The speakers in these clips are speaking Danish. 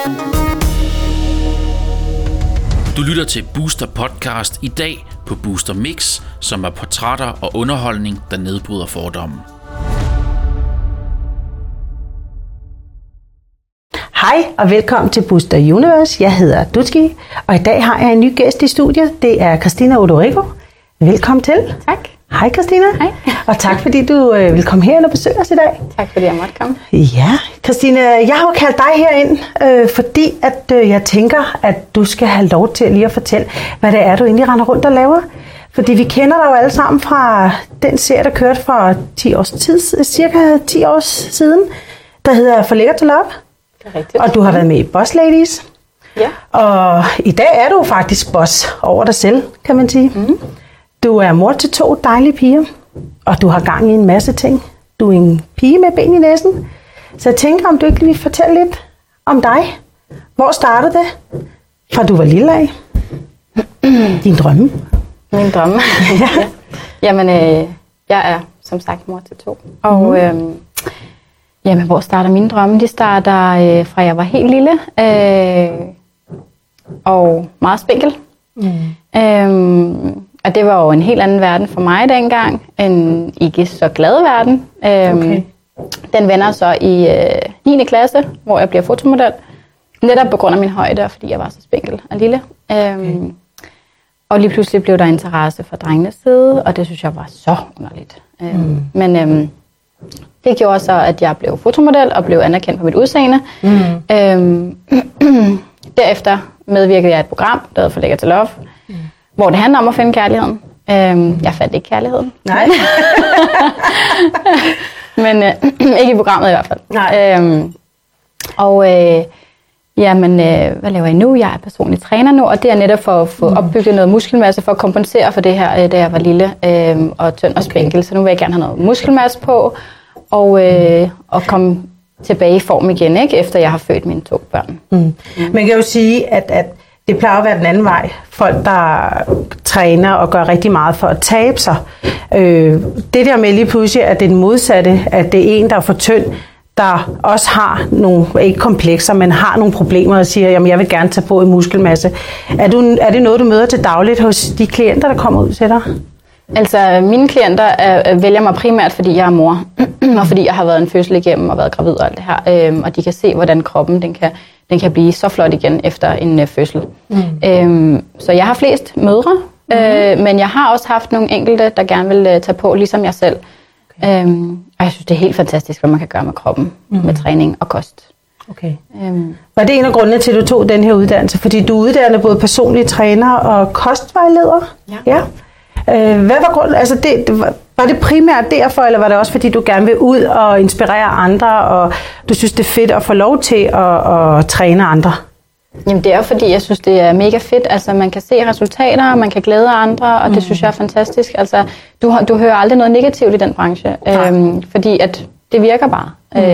Du lytter til Booster Podcast i dag på Booster Mix, som er portrætter og underholdning, der nedbryder fordomme. Hej og velkommen til Booster Universe. Jeg hedder Dutski, og i dag har jeg en ny gæst i studiet. Det er Christina Odorico. Velkommen til. Tak. Hej Christina. Hej. Og tak fordi du vil komme herind og besøge os i dag. Tak fordi jeg måtte komme. Ja, Christina, jeg har jo kaldt dig herind, fordi at jeg tænker, at du skal have lov til lige at fortælle, hvad det er, du egentlig render rundt og laver. Fordi vi kender dig jo alle sammen fra den serie, der kørte for 10 års tid, cirka 10 år siden, der hedder For Lækker til Love. Det er rigtigt. Og du har været med i Boss Ladies. Ja. Og i dag er du faktisk boss over dig selv, kan man sige. Mm. Du er mor til 2 dejlige piger, og du har gang i en masse ting. Du er en pige med ben i næsen. Så jeg tænker, om du ikke vil fortælle lidt om dig. Hvor startede det? Fra du var lille af? Din drømme? Min drømme? Ja. Jamen, jeg er som sagt mor til 2. Og jamen, hvor starter mine drømme? De starter fra jeg var helt lille. Og meget spinkel. Og det var jo en helt anden verden for mig dengang. En ikke så glad verden. Okay. Den vender så i 9. klasse, hvor jeg bliver fotomodel. Netop på grund af min højde, og fordi jeg var så spinkel og lille. Og lige pludselig blev der interesse fra drengenes side, og det synes jeg var så underligt. Men det gjorde så, at jeg blev fotomodel og blev anerkendt på mit udseende. Derefter medvirkede jeg i et program, der hedder For Lækker til Love, hvor det handler om at finde kærligheden. Jeg fandt ikke kærligheden. Nej. Men ikke i programmet i hvert fald. Nej. Jamen, hvad laver jeg nu? Jeg er personlig træner nu, og det er netop for at få opbygget noget muskelmasse, for at kompensere for det her, da jeg var lille og tynd og spinkel. Så nu vil jeg gerne have noget muskelmasse på, og komme tilbage i form igen, ikke? Efter jeg har født mine 2 børn. Man kan jo sige, at det plejer at være den anden vej. Folk, der træner og gør rigtig meget for at tabe sig. Det der med lige pludselig, at det er den modsatte, at det er en, der er for tynd, der også har nogle, ikke komplekser, men har nogle problemer og siger, jamen jeg vil gerne tage på en muskelmasse. Er det noget, du møder til dagligt hos de klienter, der kommer ud til dig? Altså, mine klienter vælger mig primært, fordi jeg er mor, og fordi jeg har været en fødsel igennem og været gravid og alt det her. Og de kan se, hvordan kroppen den kan blive så flot igen efter en fødsel. Så jeg har flest mødre, men jeg har også haft nogle enkelte, der gerne vil tage på, ligesom jeg selv. Okay. Og jeg synes, det er helt fantastisk, hvad man kan gøre med kroppen, med træning og kost. Okay. Var det en af grundene til, at du tog den her uddannelse? Fordi du uddanner både personlig træner og kostvejleder? Ja. Hvad var grunden? Altså var det primært derfor, eller var det også fordi, du gerne vil ud og inspirere andre, og du synes, det er fedt at få lov til at træne andre? Jamen det er fordi, jeg synes, det er mega fedt. Altså man kan se resultater, og man kan glæde andre, og det synes jeg er fantastisk. Altså du hører aldrig noget negativt i den branche, fordi at det virker bare.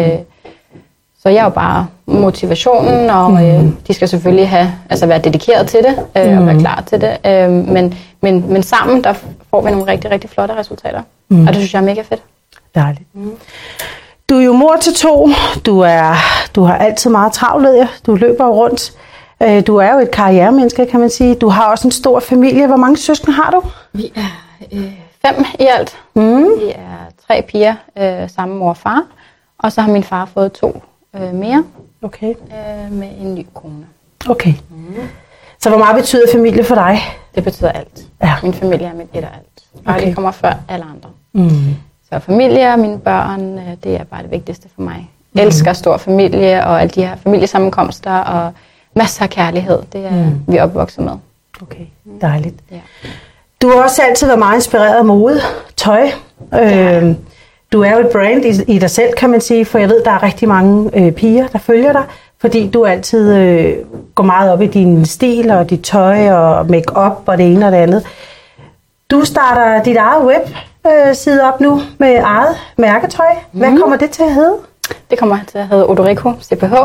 Så jeg er jo bare motivationen, og de skal selvfølgelig være dedikeret til det, og være klar til det. Men sammen, der får vi nogle rigtig, rigtig flotte resultater. Og det synes jeg er mega fedt. Dejligt. Du er jo mor til 2. Du har altid meget travlt, ved jeg. Du løber rundt. Du er jo et karrieremenneske, kan man sige. Du har også en stor familie. Hvor mange søskende har du? Vi er 5 i alt. Vi er 3 piger, sammen mor og far. Og så har min far fået 2 mere, med en ny kone. Okay. Så hvor meget betyder familie for dig? Det betyder alt. Ja. Min familie er mit et og alt. Og det kommer før alle andre. Så familie og mine børn, det er bare det vigtigste for mig. Jeg elsker stor familie og alle de her familiesammenkomster og masser af kærlighed. Det er vi er opvokset med. Okay, dejligt. Ja. Du har også altid været meget inspireret af mode, tøj. Du er jo et brand i dig selv, kan man sige, for jeg ved, der er rigtig mange piger, der følger dig, fordi du altid går meget op i din stil og dit tøj og make-up og det ene og det andet. Du starter dit eget webside op nu med eget mærketøj. Hvad kommer det til at hedde? Det kommer til at hedde Odorico CPH.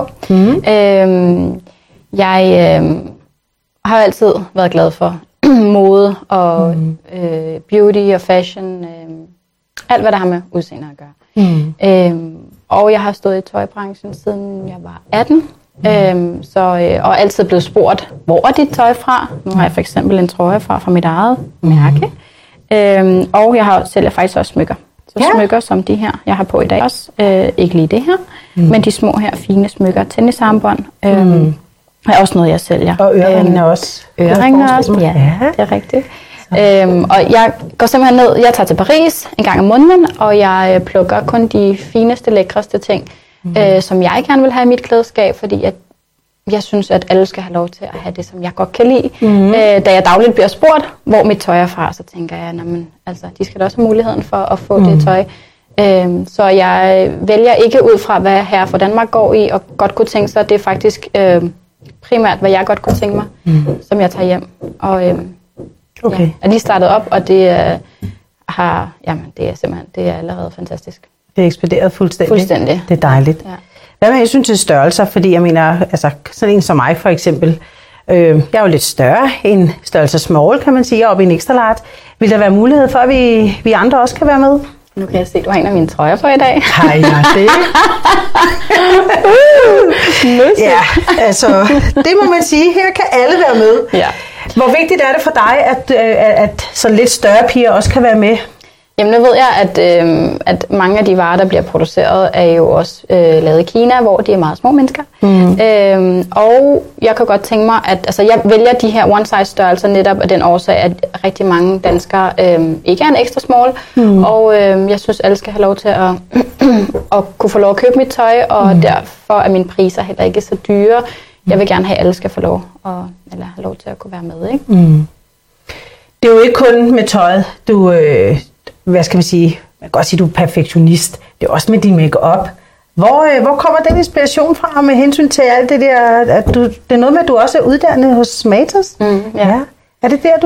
Jeg har altid været glad for mode og beauty og fashion. Alt, hvad der har med udseende at gøre. Og jeg har stået i tøjbranchen, siden jeg var 18. Og altid blevet spurgt, hvor er dit tøj fra? Nu har jeg for eksempel en trøje fra mit eget mærke. Og jeg sælger faktisk også smykker. Så smykker som de her, jeg har på i dag også. Ikke lige det her, men de små her fine smykker. Tennisarmbånd er også noget, jeg sælger. Og øreringene også. Øreringene også, ja, det er rigtigt. Og jeg går simpelthen ned, jeg tager til Paris en gang om måneden, og jeg plukker kun de fineste, lækreste ting, som jeg gerne vil have i mit klædeskab, fordi jeg synes, at alle skal have lov til at have det, som jeg godt kan lide. Da jeg dagligt bliver spurgt, hvor mit tøj er fra, så tænker jeg, de skal da også have muligheden for at få det tøj. Så jeg vælger ikke ud fra, hvad Herre fra Danmark går i, og godt kunne tænke sig, det er faktisk primært, hvad jeg godt kunne tænke mig, som jeg tager hjem. Og jeg er lige startet op, og det er simpelthen, det er allerede fantastisk. Det er ekspederet fuldstændig. Det er dejligt. Ja. Hvad med hensyn til størrelser? Fordi jeg mener, altså sådan en som mig for eksempel, jeg er jo lidt større end størrelse small, kan man sige, oppe i en extra large. Vil der være mulighed for, at vi andre også kan være med? Nu kan jeg se, at du har en af mine trøjer på i dag. Hej, jeg det. Ja, altså, det må man sige. Her kan alle være med. Ja. Hvor vigtigt er det for dig, at så lidt større piger også kan være med? Jamen nu ved jeg, at mange af de varer, der bliver produceret, er jo også lavet i Kina, hvor de er meget små mennesker. Og jeg kan godt tænke mig, at jeg vælger de her one-size størrelser netop af den årsag, at rigtig mange danskere ikke er en ekstra small. Og jeg synes, alle skal have lov til at kunne få lov at købe mit tøj, og derfor er mine priser heller ikke så dyre. Jeg vil gerne have, at alle skal få lov, eller have lov til at kunne være med. Ikke? Det er jo ikke kun med tøjet, du... hvad skal man sige, man kan godt sige, du er perfektionist. Det er også med din make-up. Hvor kommer den inspiration fra med hensyn til alt det der? Det er noget med, at du også er uddannet hos Matas? Ja. Er det der,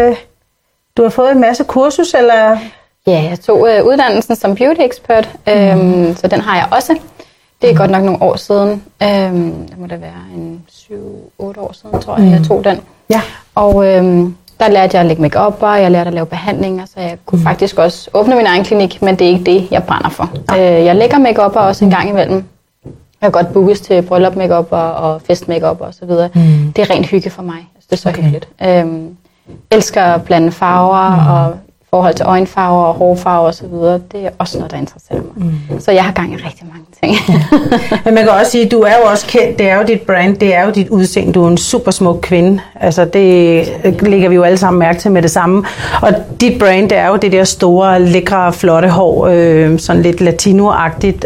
du har fået en masse kursus, eller? Ja, jeg tog uddannelsen som beauty expert, så den har jeg også. Det er godt nok nogle år siden. Det må da være en 7-8 år siden, tror jeg tog den. Ja. Og... der lærte jeg at lægge make-up, og jeg lærte at lave behandlinger, så jeg kunne faktisk også åbne min egen klinik, men det er ikke det, jeg brænder for. Jeg lægger make-up også en gang imellem. Jeg kan godt bookes til bryllup make-up og fest make-up og så videre. Det er rent hygge for mig. Det er så hyggeligt. Elsker at blande farver og forhold til øjenfarver og hårfarver og så videre. Det er også noget, der interesserer mig. Så jeg har gang i rigtig mange ting. Men man kan også sige, at du er jo også kendt. Det er jo dit brand, det er jo dit udseende. Du er en super smuk kvinde. Altså det lægger vi jo alle sammen mærke til med det samme. Og dit brand, det er jo det der store, lækre, flotte hår. Sådan lidt latino-agtigt.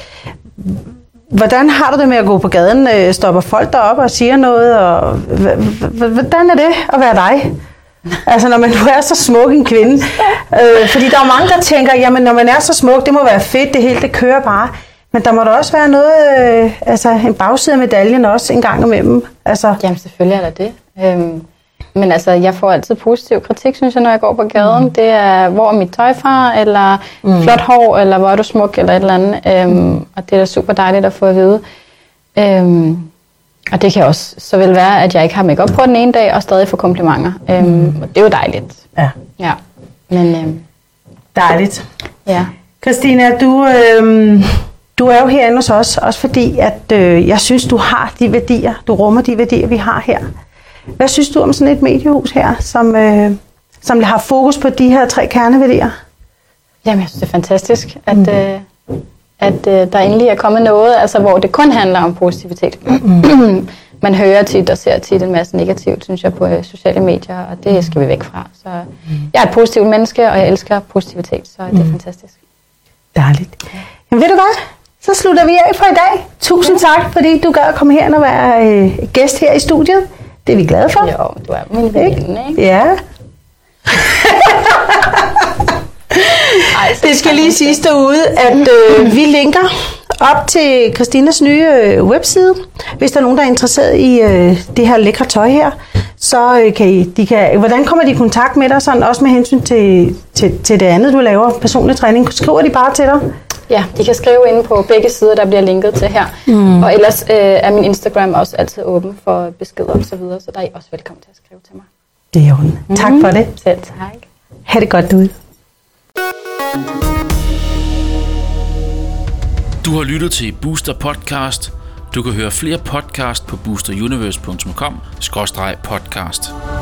Hvordan har du det med at gå på gaden? Stopper folk derop og siger noget? Og hvordan er det at være dig? Altså når man er så smuk en kvinde. Fordi der er mange, der tænker, jamen når man er så smuk, det må være fedt, det hele det kører bare. Men der må da også være noget, en bagside af medaljen også en gang imellem. Altså. Jamen selvfølgelig er der det. Men altså, jeg får altid positiv kritik, synes jeg, når jeg går på gaden. Det er, hvor er mit tøj fra, eller flot hår, eller hvor er du smuk, eller et eller andet. Og det er da super dejligt at få at vide. Og det kan også så vel være, at jeg ikke har make-up på den ene dag, og stadig få komplimenter. Og det er jo dejligt. Ja. Men, dejligt. Ja. Christina, du er jo herinde hos os, også fordi, at jeg synes, du har de værdier, du rummer de værdier, vi har her. Hvad synes du om sådan et mediehus her, som har fokus på de her 3 kerneværdier? Jamen, jeg synes, det er fantastisk, at der endelig er kommet noget, altså, hvor det kun handler om positivitet. Man hører tit og ser tit en masse negativt, synes jeg, på sociale medier, og det skal vi væk fra. Så jeg er et positivt menneske, og jeg elsker positivitet, så det er fantastisk. Dejligt. Jamen ved du hvad? Så slutter vi af for i dag. Tusind tak, fordi du gad at komme her og være gæst her i studiet. Det er vi glade for. Jo, du er min veninde, ikke? Ja. Det skal lige siges derude, at vi linker op til Christinas nye webside. Hvis der er nogen, der er interesseret i det her lækre tøj her, så hvordan kommer de i kontakt med dig, sådan også med hensyn til det andet, du laver, personlig træning? Skriver de bare til dig? Ja, de kan skrive inde på begge sider, der bliver linket til her. Og ellers er min Instagram også altid åben for beskeder og så videre, så der er I også velkommen til at skrive til mig. Det er jo. Tak for det. Selv tak. Ha' det godt derude. Du har lyttet til Booster Podcast. Du kan høre flere podcast på boosteruniverse.com/podcast.